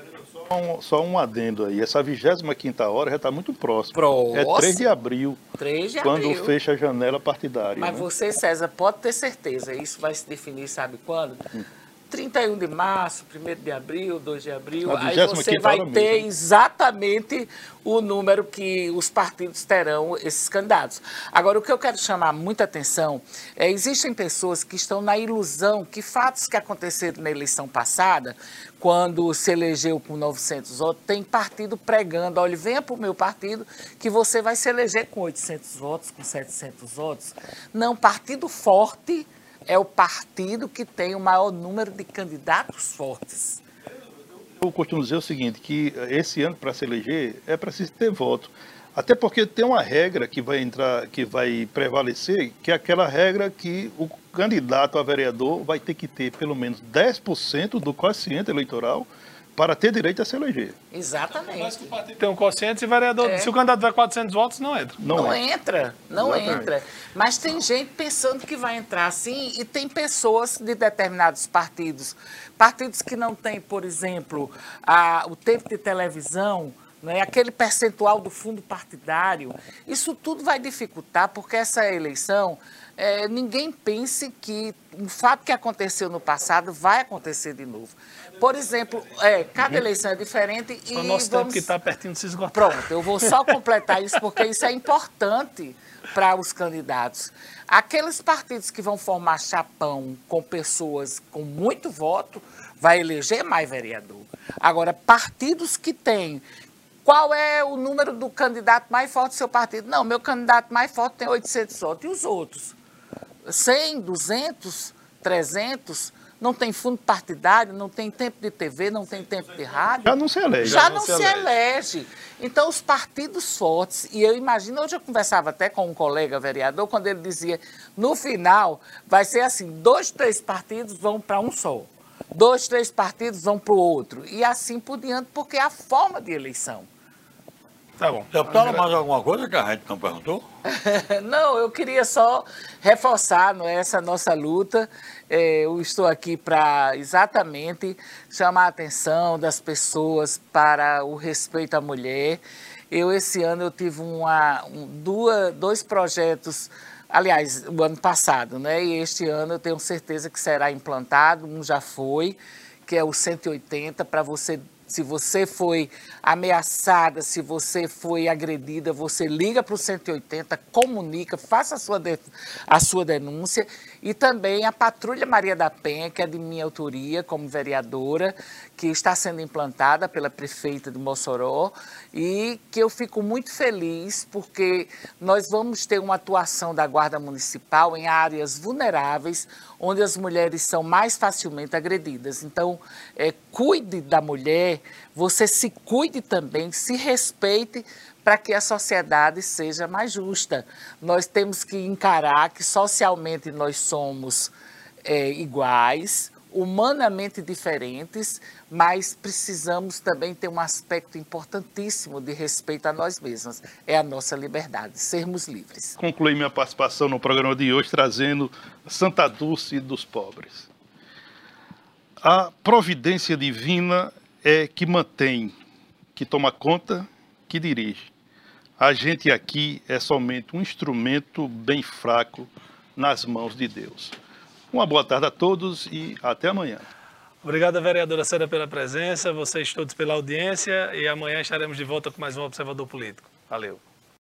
Só um, só um adendo aí, essa vigésima quinta hora já está muito próxima. Próximo. É três de abril, três de quando abril. fecha a janela partidária. Mas né? você, César, pode ter certeza, isso vai se definir, sabe quando? Hum. trinta e um de março, primeiro de abril, dois de abril, a aí você vai ter mesmo. exatamente o número que os partidos terão, esses candidatos. Agora, o que eu quero chamar muita atenção é, existem pessoas que estão na ilusão que fatos que aconteceram na eleição passada, quando se elegeu com novecentos votos, tem partido pregando, olha, venha para o meu partido que você vai se eleger com oitocentos votos, com setecentos votos. Não, partido forte é o partido que tem o maior número de candidatos fortes. Eu costumo dizer o seguinte, que esse ano, para se eleger, é preciso ter voto. Até porque tem uma regra que vai entrar, que vai prevalecer, que é aquela regra que o candidato a vereador vai ter que ter pelo menos dez por cento do quociente eleitoral para ter direito a se eleger. Exatamente. Mas que o partido tem um quociente, se o vereador, é. se o candidato tiver quatrocentos votos, não entra. Não, não é. entra, não Exatamente. entra. Mas tem gente pensando que vai entrar assim e tem pessoas de determinados partidos, partidos que não têm, por exemplo, a, o tempo de televisão, né, aquele percentual do fundo partidário. Isso tudo vai dificultar, porque essa eleição, é, ninguém pense que o fato que aconteceu no passado vai acontecer de novo. Por exemplo, é, cada eleição é diferente e o nosso vamos... tempo que está pertinho de se esgotar. Pronto, eu vou só completar isso, porque isso é importante para os candidatos. Aqueles partidos que vão formar chapão com pessoas com muito voto, vai eleger mais vereador. Agora, partidos que têm... Qual é o número do candidato mais forte do seu partido? Não, meu candidato mais forte tem oitocentos votos. E os outros? cem, duzentos, trezentos... Não tem fundo partidário, não tem tempo de T V, não tem tempo de rádio. Já não se elege. Já, Já não, não se, se elege. elege. Então, os partidos fortes, e eu imagino, hoje eu conversava até com um colega vereador, quando ele dizia, no final, vai ser assim, dois, três partidos vão para um só. Dois, três partidos vão para o outro. E assim por diante, porque é a forma de eleição. Tá bom. Deputada, mais alguma coisa que a gente não perguntou? Não, eu queria só reforçar, não é, essa nossa luta. É, eu estou aqui para exatamente chamar a atenção das pessoas para o respeito à mulher. Eu, esse ano, eu tive uma, um, duas, dois projetos, aliás, o ano passado, né? E este ano eu tenho certeza que será implantado, um já foi, que é o cento e oitenta, para você... Se você foi ameaçada, se você foi agredida, você liga para o cento e oitenta, comunica, faça a sua, de, a sua denúncia. E também a Patrulha Maria da Penha, que é de minha autoria como vereadora, que está sendo implantada pela prefeita de Mossoró e que eu fico muito feliz porque nós vamos ter uma atuação da Guarda Municipal em áreas vulneráveis, onde as mulheres são mais facilmente agredidas. Então, é, cuide da mulher, você se cuide também, se respeite para que a sociedade seja mais justa. Nós temos que encarar que socialmente nós somos é, iguais, humanamente diferentes, mas precisamos também ter um aspecto importantíssimo de respeito a nós mesmos. É a nossa liberdade, sermos livres. Concluí minha participação no programa de hoje trazendo Santa Dulce dos pobres. A providência divina é que mantém, que toma conta, que dirige. A gente aqui é somente um instrumento bem fraco nas mãos de Deus. Uma boa tarde a todos e até amanhã. Obrigado, vereadora Célia, pela presença, vocês todos pela audiência e amanhã estaremos de volta com mais um Observador Político. Valeu.